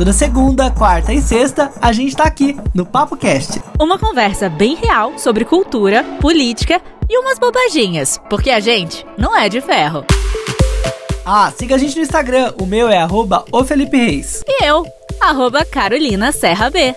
Toda segunda, quarta e sexta, a gente tá aqui no PapoCast. Uma conversa bem real sobre cultura, política e umas bobaginhas, porque a gente não é de ferro. Siga a gente no Instagram, o meu é @ofelipereis. E eu, @Carolina Serra B.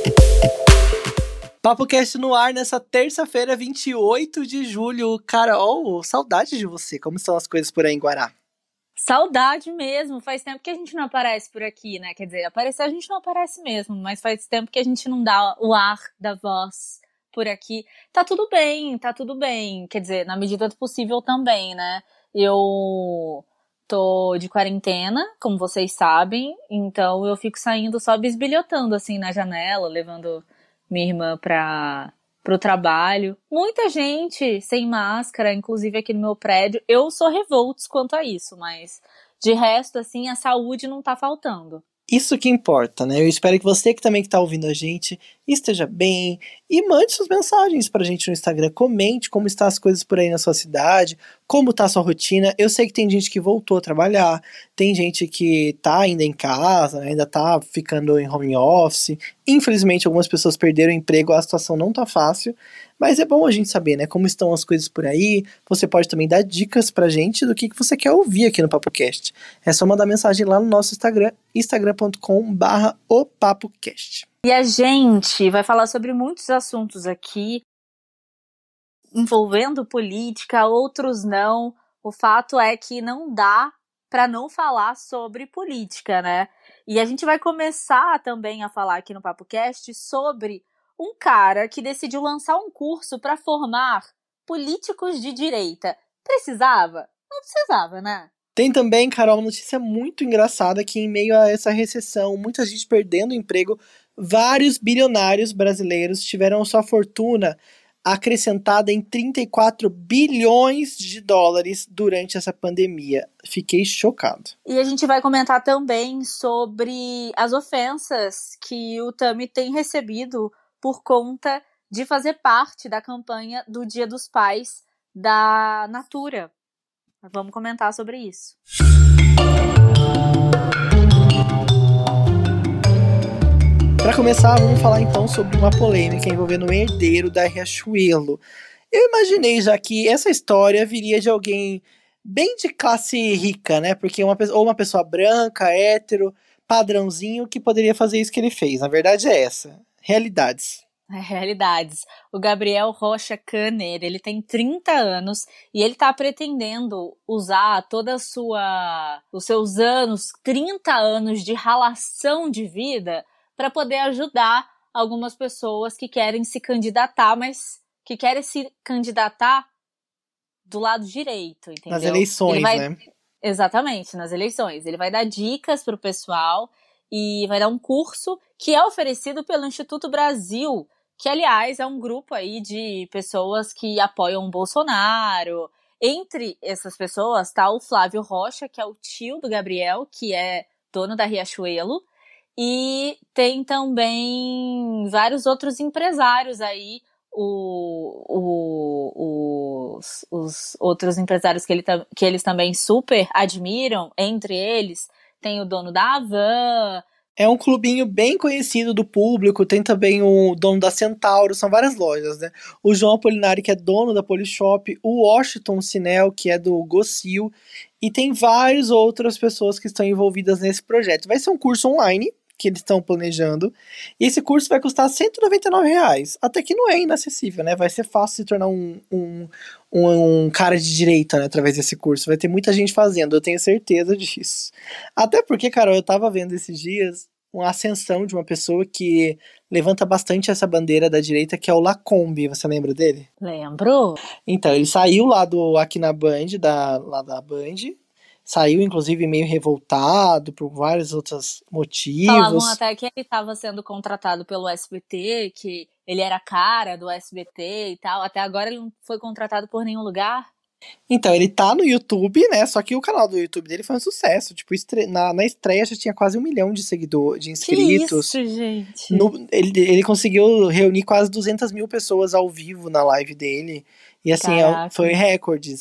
PapoCast no ar nessa terça-feira, 28 de julho. Carol, saudade de você. Como estão as coisas por aí em Guará? Saudade mesmo, faz tempo que a gente não aparece por aqui, né? Quer dizer, aparecer a gente não aparece mesmo, mas faz tempo que a gente não dá o ar da voz por aqui. Tá tudo bem, tá tudo bem. Quer dizer, na medida do possível também, né? Eu tô de quarentena, como vocês sabem, então eu fico saindo só bisbilhotando assim na janela, levando minha irmã pro trabalho. Muita gente sem máscara, inclusive aqui no meu prédio. Eu sou revoltos quanto a isso, mas de resto, assim, a saúde não tá faltando. Isso que importa, né? Eu espero que você que também tá ouvindo a gente esteja bem e mande suas mensagens pra gente no Instagram. Comente como estão as coisas por aí na sua cidade, como tá a sua rotina. Eu sei que tem gente que voltou a trabalhar, tem gente que tá ainda em casa, ainda tá ficando em home office. Infelizmente, algumas pessoas perderam o emprego, a situação não tá fácil. Mas é bom a gente saber, né, como estão as coisas por aí. Você pode também dar dicas pra gente do que você quer ouvir aqui no PapoCast. É só mandar mensagem lá no nosso Instagram, instagram.com/opapocast. E a gente vai falar sobre muitos assuntos aqui, envolvendo política, outros não. O fato é que não dá pra não falar sobre política, né? E a gente vai começar também a falar aqui no PapoCast sobre um cara que decidiu lançar um curso para formar políticos de direita. Precisava? Não precisava, né? Tem também, Carol, uma notícia muito engraçada que em meio a essa recessão, muita gente perdendo o emprego, vários bilionários brasileiros tiveram sua fortuna acrescentada em 34 bilhões de dólares durante essa pandemia. Fiquei chocado. E a gente vai comentar também sobre as ofensas que o Tami tem recebido por conta de fazer parte da campanha do Dia dos Pais da Natura. Vamos comentar sobre isso. Para começar, vamos falar então sobre uma polêmica envolvendo o herdeiro da Riachuelo. Eu imaginei já que essa história viria de alguém bem de classe rica, né? Porque ou uma pessoa branca, hétero, padrãozinho, que poderia fazer isso que ele fez. Na verdade é essa. Realidades. Realidades. O Gabriel Rocha Kanner, ele tem 30 anos e ele tá pretendendo usar os seus anos, 30 anos de ralação de vida para poder ajudar algumas pessoas que querem se candidatar, mas que querem se candidatar do lado direito, entendeu? Nas eleições, né? Exatamente, nas eleições. Ele vai dar dicas pro pessoal e vai dar um curso que é oferecido pelo Instituto Brasil, que, aliás, é um grupo aí de pessoas que apoiam o Bolsonaro. Entre essas pessoas tá o Flávio Rocha, que é o tio do Gabriel, que é dono da Riachuelo. E tem também vários outros empresários aí, os outros empresários que eles também super admiram. Entre eles tem o dono da Havan. É um clubinho bem conhecido do público, tem também o dono da Centauro, são várias lojas, né? O João Apolinari, que é dono da Polishop, o Washington Sinel, que é do Gocil, e tem várias outras pessoas que estão envolvidas nesse projeto. Vai ser um curso online, que eles estão planejando, e esse curso vai custar R$199, até que não é inacessível, né? Vai ser fácil se tornar um cara de direita, né, através desse curso. Vai ter muita gente fazendo, eu tenho certeza disso. Até porque, Carol, eu tava vendo esses dias uma ascensão de uma pessoa que levanta bastante essa bandeira da direita, que é o Lacombe. Você lembra dele? Lembro. Então, ele saiu lá aqui na Band, lá da Band. Saiu, inclusive, meio revoltado por vários outros motivos. Falavam até que ele estava sendo contratado pelo SBT, que ele era a cara do SBT e tal. Até agora ele não foi contratado por nenhum lugar. Então, ele tá no YouTube, né? Só que o canal do YouTube dele foi um sucesso. Tipo, na estreia já tinha quase 1 milhão de seguidores, de inscritos. Que isso, gente? Ele conseguiu reunir quase 200 mil pessoas ao vivo na live dele. E assim, foi recordes.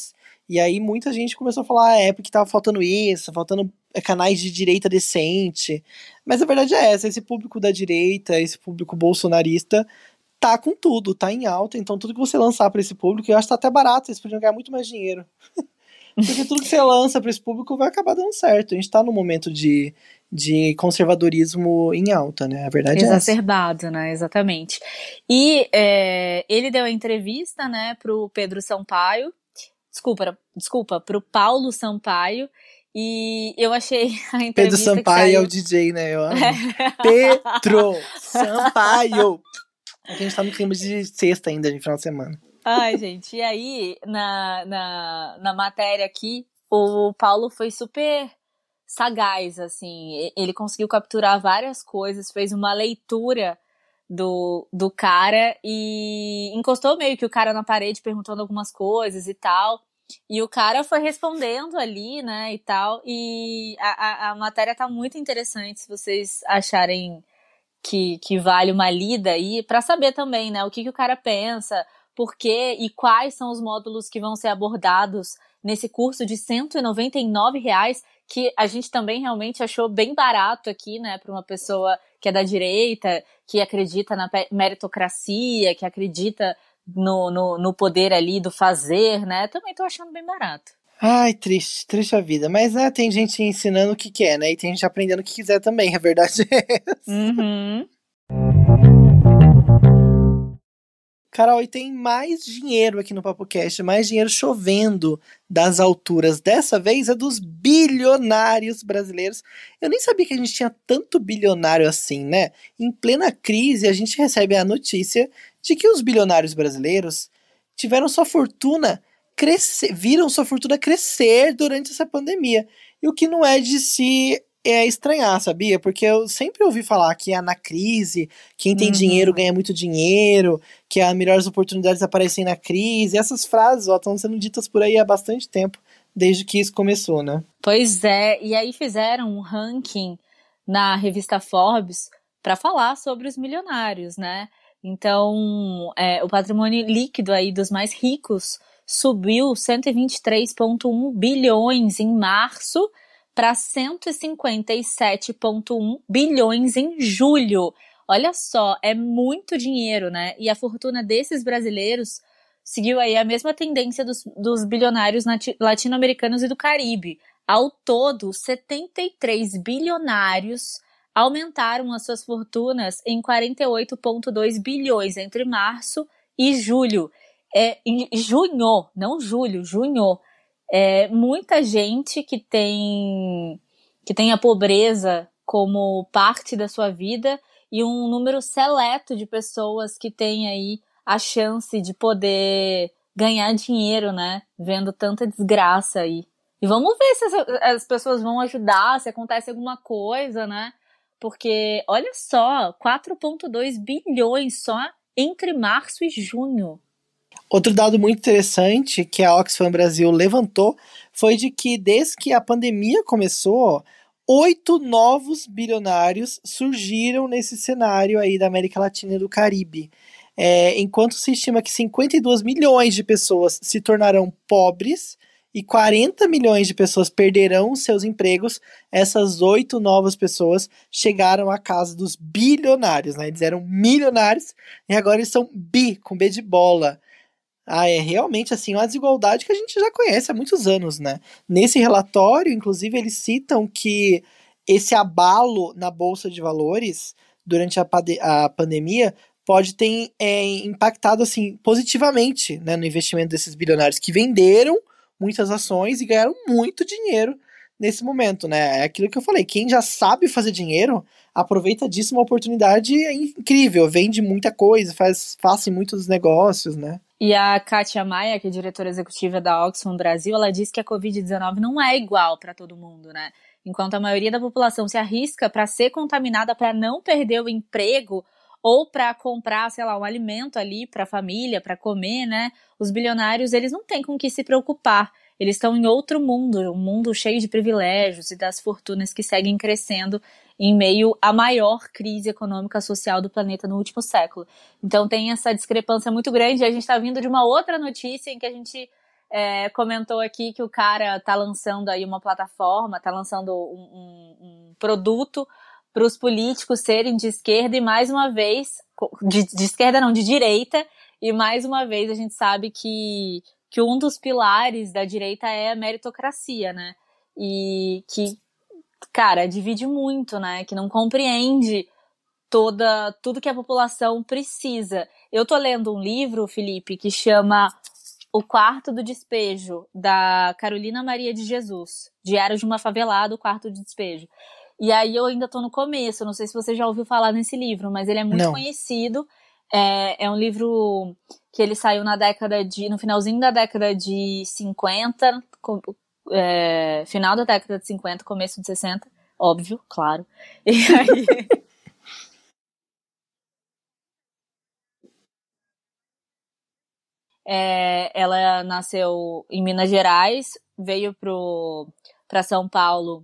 E aí muita gente começou a falar, porque tava faltando isso, faltando canais de direita decente. Mas a verdade é essa, esse público da direita, esse público bolsonarista, tá com tudo, tá em alta, então tudo que você lançar pra esse público, eu acho que tá até barato, eles podiam ganhar muito mais dinheiro. Porque tudo que você lança pra esse público vai acabar dando certo. A gente tá num momento de conservadorismo em alta, né? A verdade é essa. Exacerbado, né? Exatamente. E ele deu a entrevista, né, pro Pedro Sampaio, desculpa, pro Paulo Sampaio, e eu achei a Pedro entrevista que Sampaio é o saiu... DJ, né? Eu amo. Pedro Sampaio! Aqui a gente tá no clima de sexta ainda, de final de semana. Ai, gente, e aí, na matéria aqui, o Paulo foi super sagaz, assim, ele conseguiu capturar várias coisas, fez uma leitura do cara e encostou meio que o cara na parede perguntando algumas coisas e tal, e o cara foi respondendo ali, né, e tal, e a matéria tá muito interessante, se vocês acharem que vale uma lida aí, pra saber também, né, o que o cara pensa, por quê e quais são os módulos que vão ser abordados nesse curso de R$ 199, que a gente também realmente achou bem barato aqui, né, para uma pessoa que é da direita, que acredita na meritocracia, que acredita no poder ali do fazer, né, também tô achando bem barato. Ai, triste, triste a vida. Mas, né, tem gente ensinando o que quer, né? E tem gente aprendendo o que quiser também, a verdade é essa. Uhum. Carol, e tem mais dinheiro aqui no PapoCast, mais dinheiro chovendo das alturas. Dessa vez é dos bilionários brasileiros. Eu nem sabia que a gente tinha tanto bilionário assim, né? Em plena crise, a gente recebe a notícia de que os bilionários brasileiros tiveram sua fortuna crescer, viram sua fortuna crescer durante essa pandemia. E o que não é de se estranhar, sabia? Porque eu sempre ouvi falar que na crise, quem tem dinheiro Uhum. ganha muito dinheiro, que as melhores oportunidades aparecem na crise. Essas frases estão sendo ditas por aí há bastante tempo, desde que isso começou, né? Pois é, e aí fizeram um ranking na revista Forbes para falar sobre os milionários, né? Então, o patrimônio líquido aí dos mais ricos subiu 123,1 bilhões em março para 157,1 bilhões em julho. Olha só, é muito dinheiro, né? E a fortuna desses brasileiros seguiu aí a mesma tendência dos bilionários latino-americanos e do Caribe. Ao todo, 73 bilionários aumentaram as suas fortunas em 48,2 bilhões entre março e julho. Em junho, não julho, junho. Muita gente que tem a pobreza como parte da sua vida e um número seleto de pessoas que têm aí a chance de poder ganhar dinheiro, né? Vendo tanta desgraça aí. E vamos ver se as pessoas vão ajudar, se acontece alguma coisa, né? Porque, olha só, 4,2 bilhões só entre março e junho. Outro dado muito interessante que a Oxfam Brasil levantou foi de que desde que a pandemia começou, 8 novos bilionários surgiram nesse cenário aí da América Latina e do Caribe. Enquanto se estima que 52 milhões de pessoas se tornarão pobres e 40 milhões de pessoas perderão seus empregos, essas 8 novas pessoas chegaram à casa dos bilionários, né? Eles eram milionários e agora eles são com B de bola. É realmente assim uma desigualdade que a gente já conhece há muitos anos, né? Nesse relatório, inclusive, eles citam que esse abalo na bolsa de valores durante a pandemia pode ter impactado assim positivamente, né, no investimento desses bilionários que venderam muitas ações e ganharam muito dinheiro nesse momento, né? É aquilo que eu falei, quem já sabe fazer dinheiro aproveita disso uma oportunidade incrível, vende muita coisa, faz muitos negócios, né? E a Kátia Maia, que é diretora executiva da Oxfam Brasil, ela disse que a Covid-19 não é igual para todo mundo, né? Enquanto a maioria da população se arrisca para ser contaminada, para não perder o emprego ou para comprar, sei lá, um alimento ali para a família, para comer, né? Os bilionários, eles não têm com o que se preocupar. Eles estão em outro mundo, um mundo cheio de privilégios e das fortunas que seguem crescendo em meio à maior crise econômica social do planeta no último século. Então tem essa discrepância muito grande e a gente está vindo de uma outra notícia em que a gente comentou aqui que o cara tá lançando aí uma plataforma, tá lançando um produto para os políticos serem de esquerda e mais uma vez, de esquerda não, de direita, e mais uma vez a gente sabe que um dos pilares da direita é a meritocracia, né? E que, cara, divide muito, né? Que não compreende tudo que a população precisa. Eu tô lendo um livro, Felipe, que chama O Quarto do Despejo, da Carolina Maria de Jesus. Diário de uma Favelada, O Quarto do Despejo. E aí eu ainda tô no começo, não sei se você já ouviu falar nesse livro, mas ele é muito conhecido. É um livro que ele saiu no finalzinho da década de 50, final da década de 50, começo de 60, óbvio, claro. E aí... ela nasceu em Minas Gerais, veio para São Paulo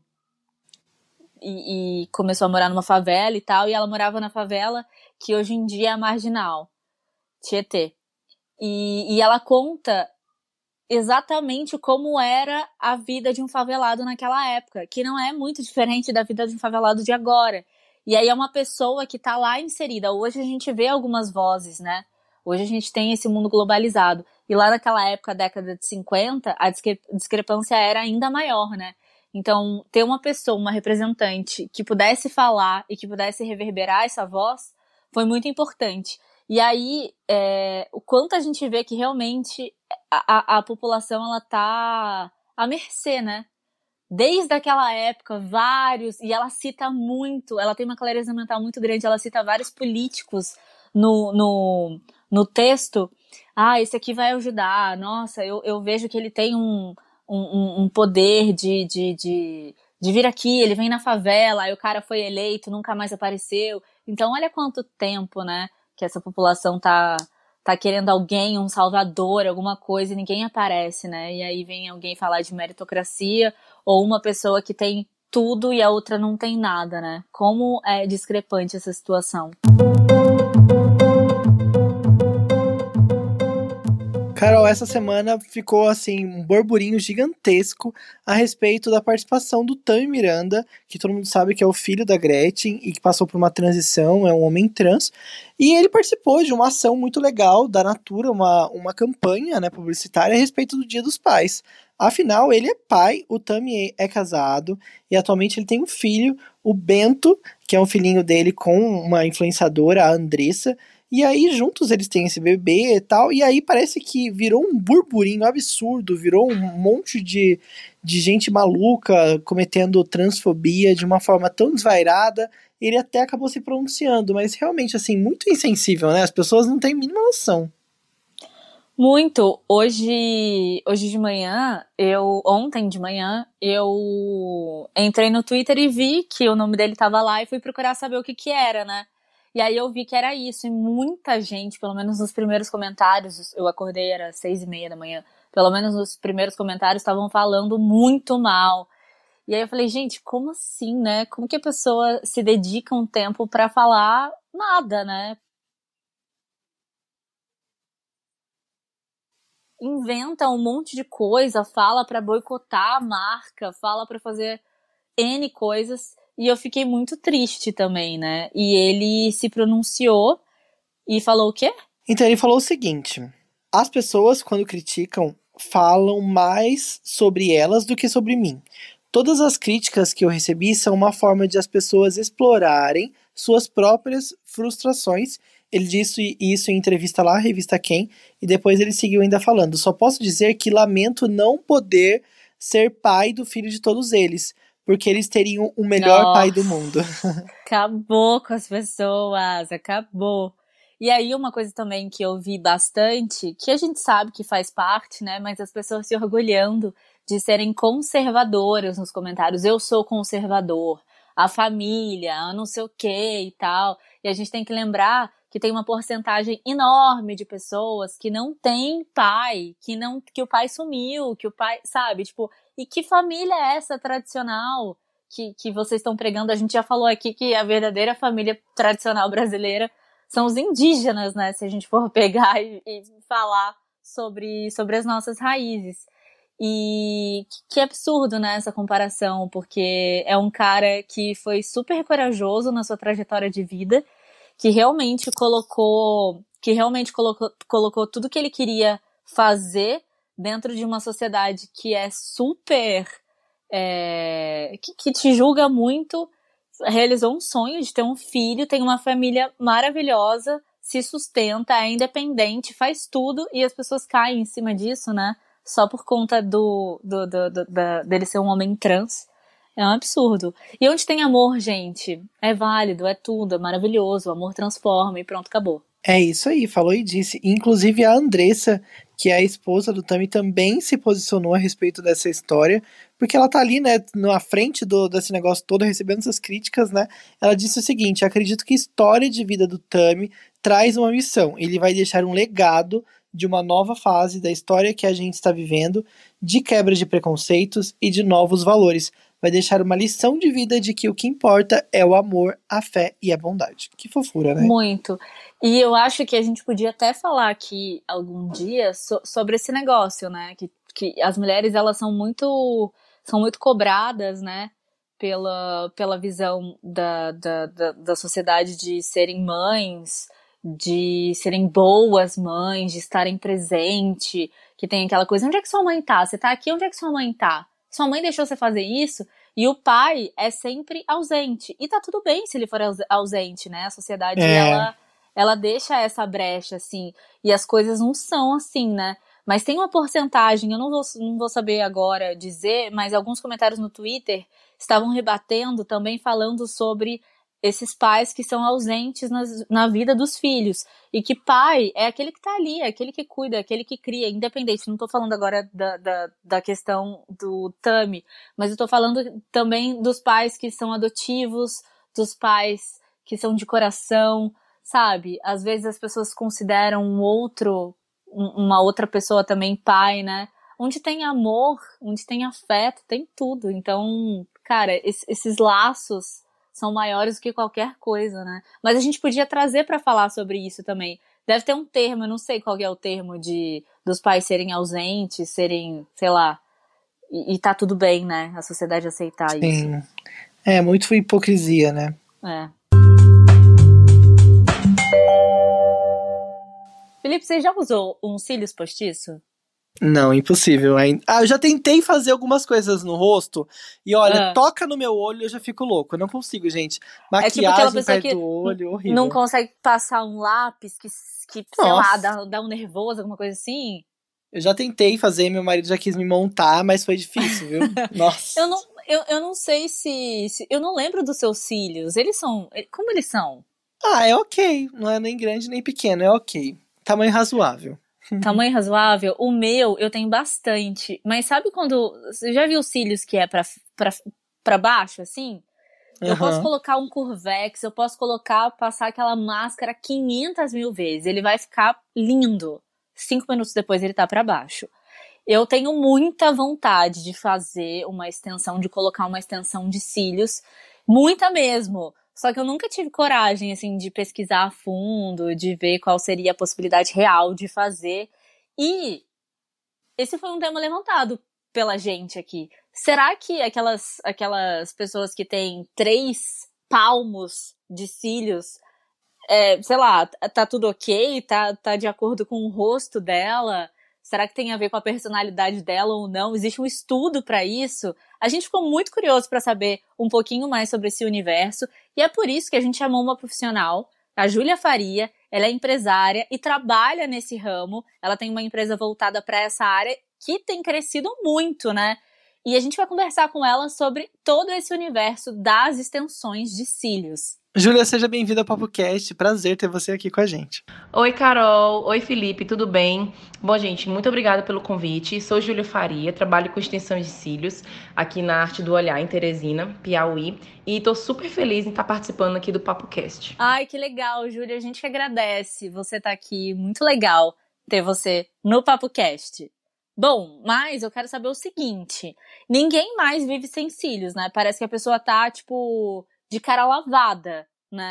e começou a morar numa favela e tal, e ela morava na favela que hoje em dia é Marginal, Tietê. E ela conta exatamente como era a vida de um favelado naquela época, que não é muito diferente da vida de um favelado de agora. E aí é uma pessoa que tá lá inserida. Hoje a gente vê algumas vozes, né? Hoje a gente tem esse mundo globalizado. E lá naquela época, década de 50, a discrepância era ainda maior, né? Então, ter uma pessoa, uma representante que pudesse falar e que pudesse reverberar essa voz foi muito importante. E aí, o quanto a gente vê que realmente a população, ela tá à mercê, né? Desde aquela época, e ela cita muito, ela tem uma clareza mental muito grande, ela cita vários políticos no texto. Esse aqui vai ajudar, nossa, eu vejo que ele tem um poder de vir aqui, ele vem na favela, aí o cara foi eleito, nunca mais apareceu. Então olha quanto tempo, né, que essa população tá querendo alguém, um salvador, alguma coisa, e ninguém aparece, né? E aí vem alguém falar de meritocracia, ou uma pessoa que tem tudo e a outra não tem nada, né? Como é discrepante essa situação. Carol, essa semana ficou assim um burburinho gigantesco a respeito da participação do Tami Miranda, que todo mundo sabe que é o filho da Gretchen e que passou por uma transição, é um homem trans. E ele participou de uma ação muito legal da Natura, uma campanha, né, publicitária a respeito do Dia dos Pais. Afinal, ele é pai, o Tami é casado e atualmente ele tem um filho, o Bento, que é um filhinho dele com uma influenciadora, a Andressa. E aí, juntos eles têm esse bebê e tal, e aí parece que virou um burburinho absurdo, virou um monte de gente maluca cometendo transfobia de uma forma tão desvairada. Ele até acabou se pronunciando, mas realmente, assim, muito insensível, né? As pessoas não têm a mínima noção. Muito. Hoje de manhã, ontem de manhã, eu entrei no Twitter e vi que o nome dele tava lá e fui procurar saber o que era, né? E aí eu vi que era isso, e muita gente, pelo menos nos primeiros comentários, eu acordei, era 6:30 da manhã, pelo menos nos primeiros comentários estavam falando muito mal. E aí eu falei, gente, como assim, né? Como que a pessoa se dedica um tempo pra falar nada, né? Inventa um monte de coisa, fala pra boicotar a marca, fala pra fazer N coisas, e eu fiquei muito triste também, né? E ele se pronunciou e falou o quê? Então ele falou o seguinte: as pessoas, quando criticam, falam mais sobre elas do que sobre mim. Todas as críticas que eu recebi são uma forma de as pessoas explorarem suas próprias frustrações. Ele disse isso em entrevista lá, revista Quem, e depois ele seguiu ainda falando: só posso dizer que lamento não poder ser pai do filho de todos eles, porque eles teriam o melhor pai do mundo. Acabou com as pessoas, acabou. E aí uma coisa também que eu vi bastante, que a gente sabe que faz parte, né, mas as pessoas se orgulhando de serem conservadoras nos comentários. Eu sou conservador, a família, a não sei o que e tal. E a gente tem que lembrar que tem uma porcentagem enorme de pessoas que não tem pai, que o pai sumiu, que o pai, sabe, tipo, e que família é essa tradicional que vocês estão pregando? A gente já falou aqui que a verdadeira família tradicional brasileira são os indígenas, né? Se a gente for pegar e falar sobre as nossas raízes. E que absurdo, né, essa comparação, porque é um cara que foi super corajoso na sua trajetória de vida, que realmente colocou tudo que ele queria fazer dentro de uma sociedade que é super que te julga muito, realizou um sonho de ter um filho, tem uma família maravilhosa, se sustenta, é independente, faz tudo, e as pessoas caem em cima disso, né? Só por conta dele ser um homem trans. É um absurdo. E onde tem amor, gente, é válido, é tudo, é maravilhoso, o amor transforma e pronto, acabou. É isso aí, falou e disse. Inclusive a Andressa, que é a esposa do Tami, também se posicionou a respeito dessa história, porque ela tá ali, né, na frente desse negócio todo, recebendo essas críticas, né? Ela disse o seguinte: acredito que a história de vida do Tami traz uma missão. Ele vai deixar um legado de uma nova fase da história que a gente está vivendo, de quebra de preconceitos e de novos valores. Vai deixar uma lição de vida de que o que importa é o amor, a fé e a bondade. Que fofura, né? Muito. E eu acho que a gente podia até falar aqui algum dia sobre esse negócio, né? Que as mulheres, elas são muito cobradas, né? Pela visão da sociedade de serem mães, de serem boas mães, de estarem presente, que tem aquela coisa, onde é que sua mãe tá? Você tá aqui, onde é que sua mãe tá? Sua mãe deixou você fazer isso? E o pai é sempre ausente. E tá tudo bem se ele for ausente, né? A sociedade, ela deixa essa brecha, assim. E as coisas não são assim, né? Mas tem uma porcentagem, eu não vou saber agora dizer, mas alguns comentários no Twitter estavam rebatendo, também falando sobre esses pais que são ausentes na vida dos filhos. E que pai é aquele que tá ali, é aquele que cuida, é aquele que cria, independente. Não tô falando agora da questão do Tami, mas eu tô falando também dos pais que são adotivos, dos pais que são de coração, sabe? Às vezes as pessoas consideram uma outra pessoa também pai, né? Onde tem amor, onde tem afeto, tem tudo. Então, cara, esses laços são maiores do que qualquer coisa, né? Mas a gente podia trazer pra falar sobre isso também. Deve ter um termo, eu não sei qual é o termo dos pais serem ausentes, serem, sei lá, e tá tudo bem, né? A sociedade aceitar isso. Sim. É muito hipocrisia, né? É. Felipe, você já usou um cílios postiço? Não, impossível. Eu já tentei fazer algumas coisas no rosto e olha, toca no meu olho e eu já fico louco. Eu não consigo, gente. É tipo aquela Maquiagem pessoa perto que do olho, horrível. não consegue passar um lápis que sei lá, dá um nervoso, alguma coisa assim. Eu já tentei fazer, meu marido já quis me montar, mas foi difícil, viu? Nossa. Eu não sei se. Eu não lembro dos seus cílios. Eles são. Como eles são? É ok. Não é nem grande nem pequeno, é ok. Tamanho razoável. Tamanho razoável? O meu, eu tenho bastante. Mas sabe quando. Você já viu os cílios que é pra baixo, assim? Eu posso colocar um Curvex, eu posso passar aquela máscara 500 mil vezes. Ele vai ficar lindo. 5 minutos depois ele tá pra baixo. Eu tenho muita vontade de fazer uma extensão, de colocar uma extensão de cílios. Muita mesmo. Só que eu nunca tive coragem, assim, de pesquisar a fundo, de ver qual seria a possibilidade real de fazer. E esse foi um tema levantado pela gente aqui. Será que aquelas pessoas que têm 3 palmos de cílios, sei lá, tá tudo ok? Tá de acordo com o rosto dela? Será que tem a ver com a personalidade dela ou não? Existe um estudo para isso? A gente ficou muito curioso para saber um pouquinho mais sobre esse universo e é por isso que a gente chamou uma profissional, a Júlia Faria. Ela é empresária e trabalha nesse ramo. Ela tem uma empresa voltada para essa área que tem crescido muito, né? E a gente vai conversar com ela sobre todo esse universo das extensões de cílios. Júlia, seja bem-vinda ao PapoCast. Prazer ter você aqui com a gente. Oi, Carol. Oi, Felipe. Tudo bem? Bom, gente, muito obrigada pelo convite. Sou Júlia Faria, trabalho com extensões de cílios aqui na Arte do Olhar, em Teresina, Piauí. E tô super feliz em estar participando aqui do PapoCast. Ai, que legal, Júlia. A gente que agradece você estar aqui. Muito legal ter você no PapoCast. Bom, mas eu quero saber o seguinte. Ninguém mais vive sem cílios, né? Parece que a pessoa tá, tipo, de cara lavada, né?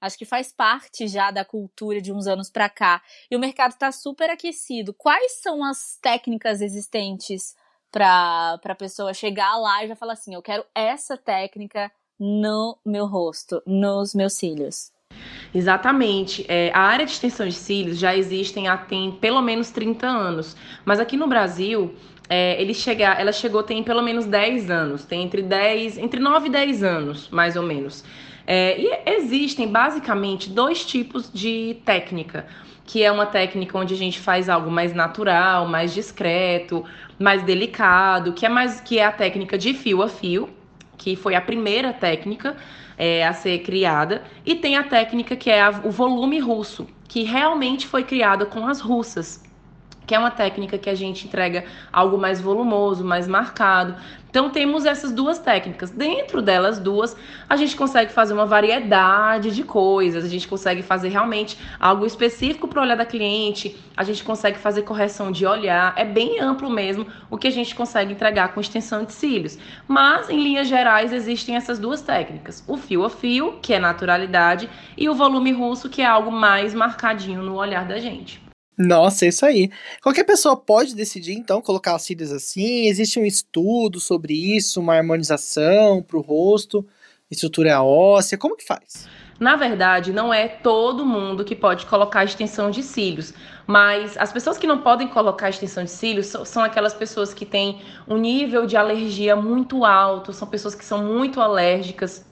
Acho que faz parte já da cultura de uns anos para cá. E o mercado está super aquecido. Quais são as técnicas existentes para a pessoa chegar lá e já falar assim, eu quero essa técnica no meu rosto, nos meus cílios? Exatamente. A área de extensão de cílios já tem pelo menos 30 anos. Mas aqui no Brasil, ela chegou tem pelo menos 10 anos. Tem entre 9 e 10 anos, mais ou menos. E existem basicamente 2 tipos de técnica, que é uma técnica onde a gente faz algo mais natural, mais discreto, mais delicado, que é a técnica de fio a fio, que foi a primeira técnica a ser criada, e tem a técnica que é o volume russo, que realmente foi criada com as russas, que é uma técnica que a gente entrega algo mais volumoso, mais marcado. Então temos essas 2 técnicas. Dentro delas 2, a gente consegue fazer uma variedade de coisas, a gente consegue fazer realmente algo específico para o olhar da cliente, a gente consegue fazer correção de olhar, é bem amplo mesmo o que a gente consegue entregar com extensão de cílios. Mas, em linhas gerais, existem essas 2 técnicas. O fio a fio, que é naturalidade, e o volume russo, que é algo mais marcadinho no olhar da gente. Nossa, é isso aí. Qualquer pessoa pode decidir, então, colocar os cílios assim? Existe um estudo sobre isso, uma harmonização para o rosto, estrutura óssea, como que faz? Na verdade, não é todo mundo que pode colocar extensão de cílios, mas as pessoas que não podem colocar extensão de cílios são aquelas pessoas que têm um nível de alergia muito alto, são pessoas que são muito alérgicas.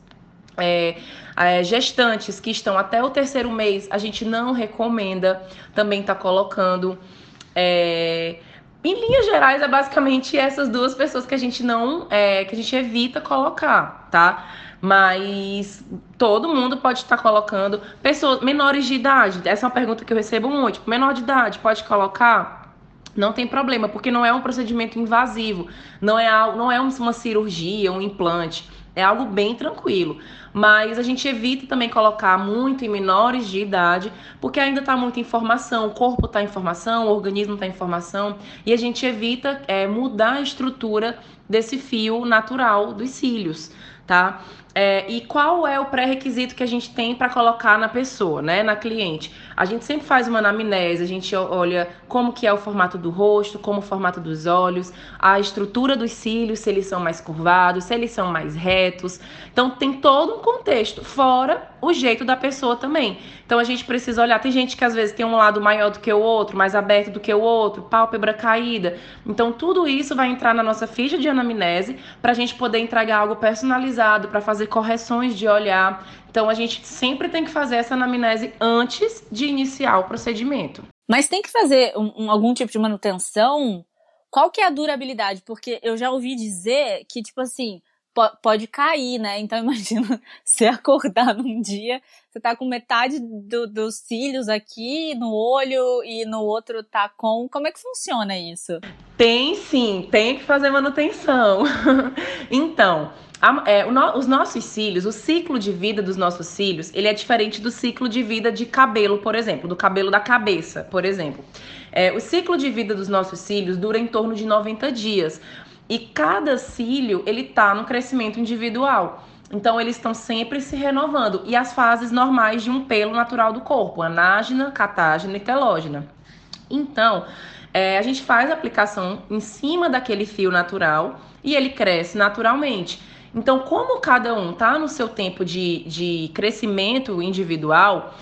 Gestantes que estão até o 3º mês, a gente não recomenda também estar colocando. Em linhas gerais, é basicamente essas 2 pessoas que a gente não que a gente evita colocar, tá? Mas todo mundo pode estar colocando. Pessoas menores de idade, essa é uma pergunta que eu recebo muito, tipo, menor de idade pode colocar? Não tem problema, porque não é um procedimento invasivo, não é uma cirurgia, um implante. É algo bem tranquilo, mas a gente evita também colocar muito em menores de idade, porque ainda está muita informação, o corpo está em formação, o organismo está em formação, e a gente evita mudar a estrutura desse fio natural dos cílios, tá? E qual é o pré-requisito que a gente tem para colocar na pessoa, né, na cliente? A gente sempre faz uma anamnese, a gente olha como que é o formato do rosto, como o formato dos olhos, a estrutura dos cílios, se eles são mais curvados, se eles são mais retos. Então tem todo um contexto, fora o jeito da pessoa também. Então a gente precisa olhar, tem gente que às vezes tem um lado maior do que o outro, mais aberto do que o outro, pálpebra caída. Então tudo isso vai entrar na nossa ficha de anamnese para a gente poder entregar algo personalizado, para fazer correções de olhar. Então a gente sempre tem que fazer essa anamnese antes de iniciar o procedimento. Mas tem que fazer algum tipo de manutenção? Qual que é a durabilidade? Porque eu já ouvi dizer que, tipo assim, pode cair, né? Então imagina você acordar num dia, você tá com metade dos cílios aqui no olho e no outro tá com... Como é que funciona isso? Tem sim, tem que fazer manutenção. Então, os nossos cílios, o ciclo de vida dos nossos cílios, ele é diferente do ciclo de vida de cabelo, por exemplo, do cabelo da cabeça, por exemplo. O ciclo de vida dos nossos cílios dura em torno de 90 dias. E cada cílio, ele tá no crescimento individual. Então, eles estão sempre se renovando. E as fases normais de um pelo natural do corpo, anágena, catágena e telógena. Então, a gente faz a aplicação em cima daquele fio natural e ele cresce naturalmente. Então, como cada um está no seu tempo de crescimento individual,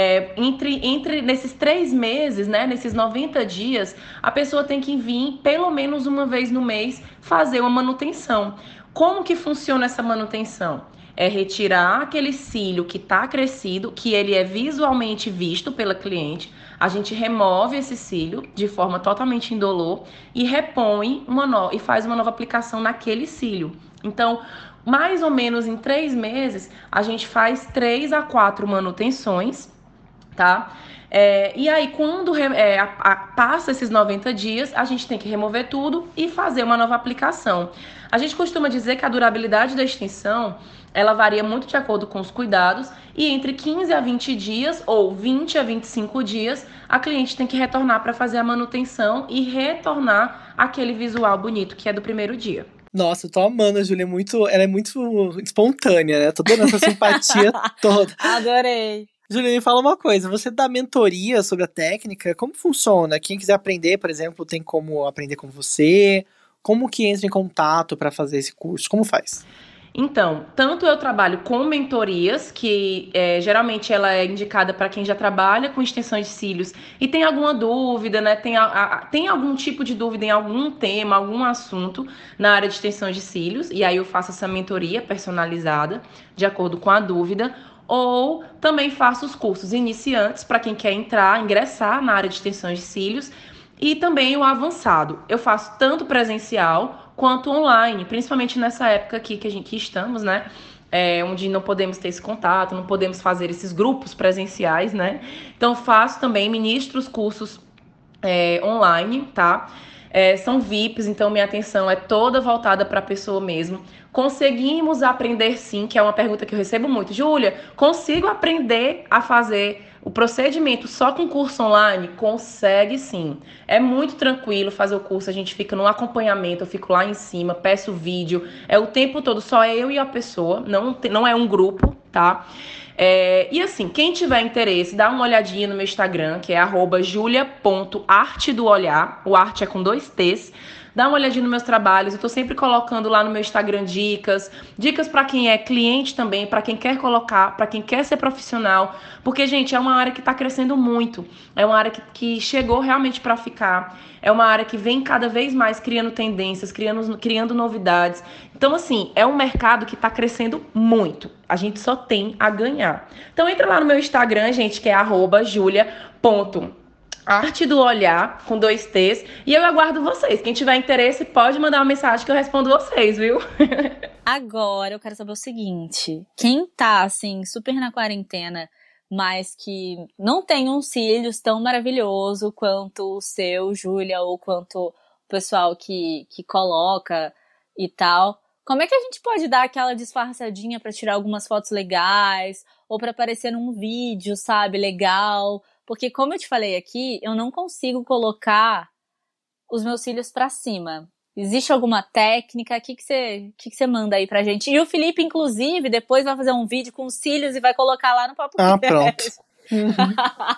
entre nesses 3 meses, né, nesses 90 dias, a pessoa tem que vir pelo menos uma vez no mês fazer uma manutenção. Como que funciona essa manutenção? É retirar aquele cílio que está crescido, que ele é visualmente visto pela cliente. A gente remove esse cílio de forma totalmente indolor e repõe e faz uma nova aplicação naquele cílio. Então, mais ou menos em 3 meses, a gente faz 3 a 4 manutenções, tá? E aí, quando passa esses 90 dias, a gente tem que remover tudo e fazer uma nova aplicação. A gente costuma dizer que a durabilidade da extensão, ela varia muito de acordo com os cuidados e entre 15 a 20 dias ou 20 a 25 dias, a cliente tem que retornar para fazer a manutenção e retornar aquele visual bonito que é do primeiro dia. Nossa, eu tô amando a Júlia, ela é muito espontânea, né? Tô dando essa simpatia toda. Adorei. Júlia, me fala uma coisa, você dá mentoria sobre a técnica? Como funciona? Quem quiser aprender, por exemplo, tem como aprender com você? Como que entra em contato para fazer esse curso? Como faz? Então, tanto eu trabalho com mentorias, que geralmente ela é indicada para quem já trabalha com extensão de cílios e tem alguma dúvida, né? Tem algum tipo de dúvida em algum tema, algum assunto na área de extensão de cílios, e aí eu faço essa mentoria personalizada, de acordo com a dúvida. Ou também faço os cursos iniciantes para quem quer ingressar na área de extensão de cílios, e também o avançado. Eu faço tanto presencial quanto online, principalmente nessa época aqui que estamos, né? Onde não podemos ter esse contato, não podemos fazer esses grupos presenciais, né? Então faço também, ministro os cursos online, tá? São VIPs, então minha atenção é toda voltada para a pessoa mesmo. Conseguimos aprender sim, que é uma pergunta que eu recebo muito. Júlia, consigo aprender a fazer o procedimento só com curso online? Consegue sim. É muito tranquilo fazer o curso, a gente fica no acompanhamento, eu fico lá em cima, peço vídeo, é o tempo todo, só eu e a pessoa, não é um grupo, tá? E assim, quem tiver interesse, dá uma olhadinha no meu Instagram, que é @julia.artedoolhar. O arte é com 2 T's. Dá uma olhadinha nos meus trabalhos. Eu tô sempre colocando lá no meu Instagram dicas para quem é cliente também, para quem quer colocar, para quem quer ser profissional, porque gente, é uma área que está crescendo muito. É uma área que chegou realmente para ficar. É uma área que vem cada vez mais criando tendências, criando novidades. Então, assim, é um mercado que está crescendo muito. A gente só tem a ganhar. Então, entra lá no meu Instagram, gente, que é @julia.artedoolhar, com 2 T's. E eu aguardo vocês. Quem tiver interesse, pode mandar uma mensagem que eu respondo vocês, viu? Agora eu quero saber o seguinte: quem tá, assim, super na quarentena, mas que não tem uns cílios tão maravilhoso quanto o seu, Júlia, ou quanto o pessoal que coloca e tal, como é que a gente pode dar aquela disfarçadinha pra tirar algumas fotos legais, ou pra aparecer num vídeo, sabe, legal? Porque como eu te falei aqui, eu não consigo colocar os meus cílios pra cima. Existe alguma técnica? O que você manda aí pra gente? E o Felipe, inclusive, depois vai fazer um vídeo com os cílios e vai colocar lá no Papo Pronto. Uhum.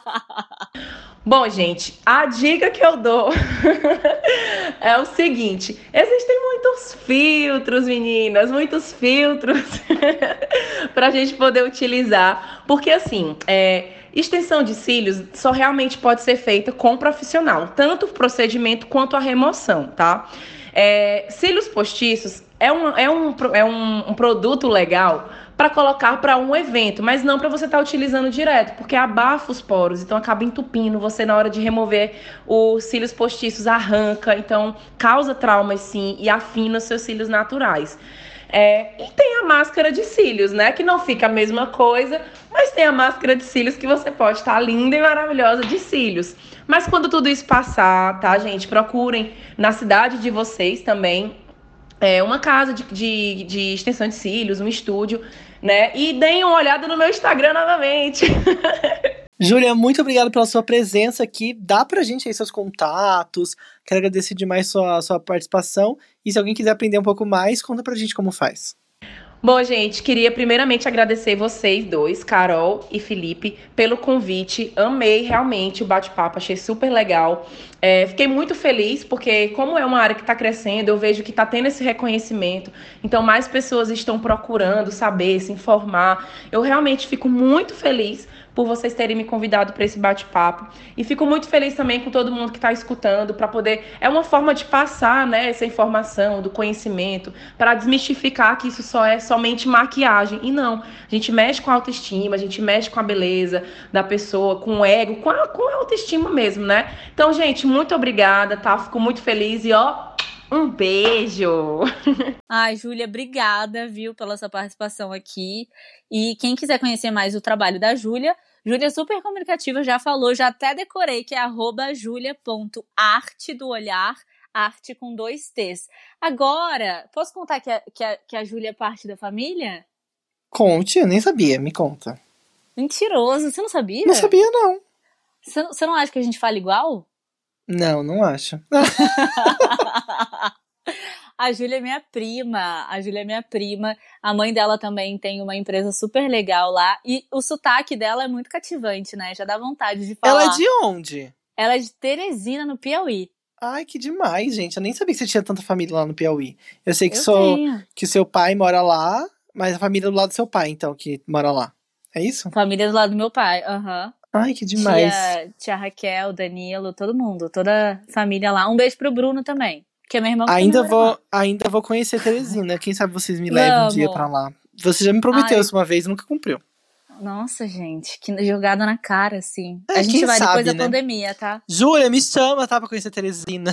Bom, gente, a dica que eu dou é o seguinte: existem muitos filtros, meninas, muitos filtros pra gente poder utilizar. Porque, assim, extensão de cílios só realmente pode ser feita com profissional, tanto o procedimento quanto a remoção, tá? Cílios postiços é um produto legal para colocar para um evento, mas não para você estar utilizando direto, porque abafa os poros, então acaba entupindo você na hora de remover os cílios postiços, arranca, então causa traumas sim e afina os seus cílios naturais. E tem a máscara de cílios, né? Que não fica a mesma coisa, mas tem a máscara de cílios que você pode estar linda e maravilhosa de cílios. Mas quando tudo isso passar, tá, gente? Procurem na cidade de vocês também uma casa de extensão de cílios, um estúdio, né? E deem uma olhada no meu Instagram novamente. Júlia, muito obrigado pela sua presença aqui. Dá pra gente aí seus contatos. Quero agradecer demais sua participação. E se alguém quiser aprender um pouco mais, conta pra gente como faz. Bom, gente, queria primeiramente agradecer vocês dois, Carol e Felipe, pelo convite. Amei realmente o bate-papo, achei super legal. Fiquei muito feliz porque, como é uma área que está crescendo, eu vejo que está tendo esse reconhecimento. Então, mais pessoas estão procurando saber, se informar. Eu realmente fico muito feliz por vocês terem me convidado para esse bate-papo. E fico muito feliz também com todo mundo que está escutando, para poder... É uma forma de passar, né, essa informação, do conhecimento, para desmistificar que isso só é somente maquiagem. E não, a gente mexe com a autoestima, a gente mexe com a beleza da pessoa, com o ego, com a autoestima mesmo, né? Então, gente, muito obrigada, tá? Fico muito feliz e, um beijo! Ai, Júlia, obrigada, viu, pela sua participação aqui. E quem quiser conhecer mais o trabalho da Júlia, Júlia é super comunicativa, já falou, já até decorei, que é @julia.artedoolhar, arte com 2 T's. Agora, posso contar que a Júlia é parte da família? Conte, eu nem sabia, me conta. Mentiroso, você não sabia? Não sabia, não. Você não acha que a gente fala igual? Não, não acho. A Júlia é minha prima. A Júlia é minha prima. A mãe dela também tem uma empresa super legal lá. E o sotaque dela é muito cativante, né? Já dá vontade de falar. Ela é de onde? Ela é de Teresina, no Piauí. Ai, que demais, gente. Eu nem sabia que você tinha tanta família lá no Piauí. Eu sei que, tenho. que seu pai mora lá, mas a família do lado do seu pai, então, que mora lá. É isso? Família do lado do meu pai, aham. Ai, que demais. Tia Raquel, Danilo, todo mundo, toda a família lá. Um beijo pro Bruno também, que é meu irmão. Ainda vou conhecer Teresina. Quem sabe vocês me levam um dia pra lá. Você já me prometeu isso uma vez e nunca cumpriu. Nossa, gente, que jogada na cara, assim. É, a gente vai sabe, depois da né? pandemia, tá? Júlia, me chama, tá? Pra conhecer Teresina.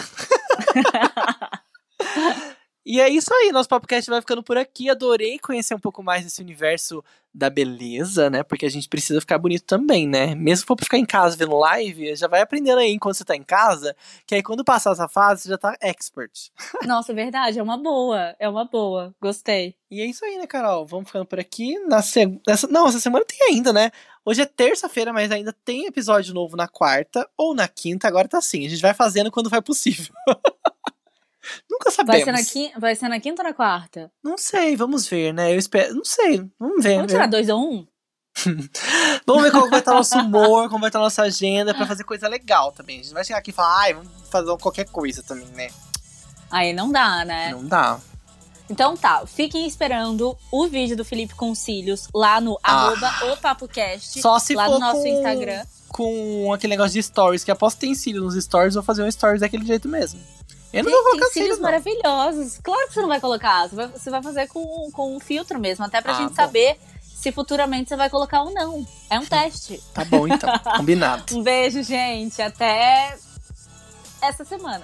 E é isso aí, nosso podcast vai ficando por aqui. Adorei conhecer um pouco mais desse universo da beleza, né? Porque a gente precisa ficar bonito também, né? Mesmo que for pra ficar em casa vendo live, já vai aprendendo aí enquanto você tá em casa, que aí quando passar essa fase, você já tá expert. Nossa, verdade, é uma boa. Gostei. E é isso aí, né, Carol? Vamos ficando por aqui. Essa semana tem ainda, né? Hoje é terça-feira, mas ainda tem episódio novo na quarta ou na quinta. Agora tá assim, a gente vai fazendo quando vai possível. Nunca sabemos. Vai ser na quinta ou na quarta? Não sei, vamos ver, né? Eu espero. Não sei, vamos ver. Vamos tirar 2 ou 1? Vamos ver como vai estar nosso humor, como vai estar nossa agenda pra fazer coisa legal também. A gente vai chegar aqui e falar, vamos fazer qualquer coisa também, né? Aí não dá, né? Não dá. Então tá, fiquem esperando o vídeo do Felipe com cílios lá no @opapocast. Só se lá for no nosso Instagram. Com aquele negócio de stories, que aposto que tem cílios nos stories, vou fazer um stories daquele jeito mesmo. Eu não vou colocar cílios maravilhosos. Claro que você não vai colocar. Você vai fazer com um filtro mesmo. Até pra gente saber se futuramente você vai colocar ou não. É um teste. Tá bom, então. Combinado. Um beijo, gente. Até essa semana.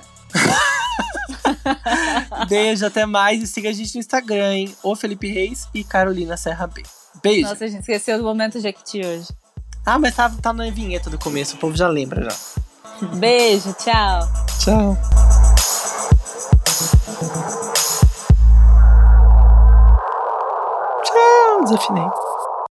Beijo, até mais. E siga a gente no Instagram, hein? O Felipe Reis e Carolina Serra B. Beijo. Nossa, a gente esqueceu do momento Jequiti hoje. Ah, mas tá na vinheta do começo. O povo já lembra, já. Beijo, tchau. Tchau. Tchau, desafinei.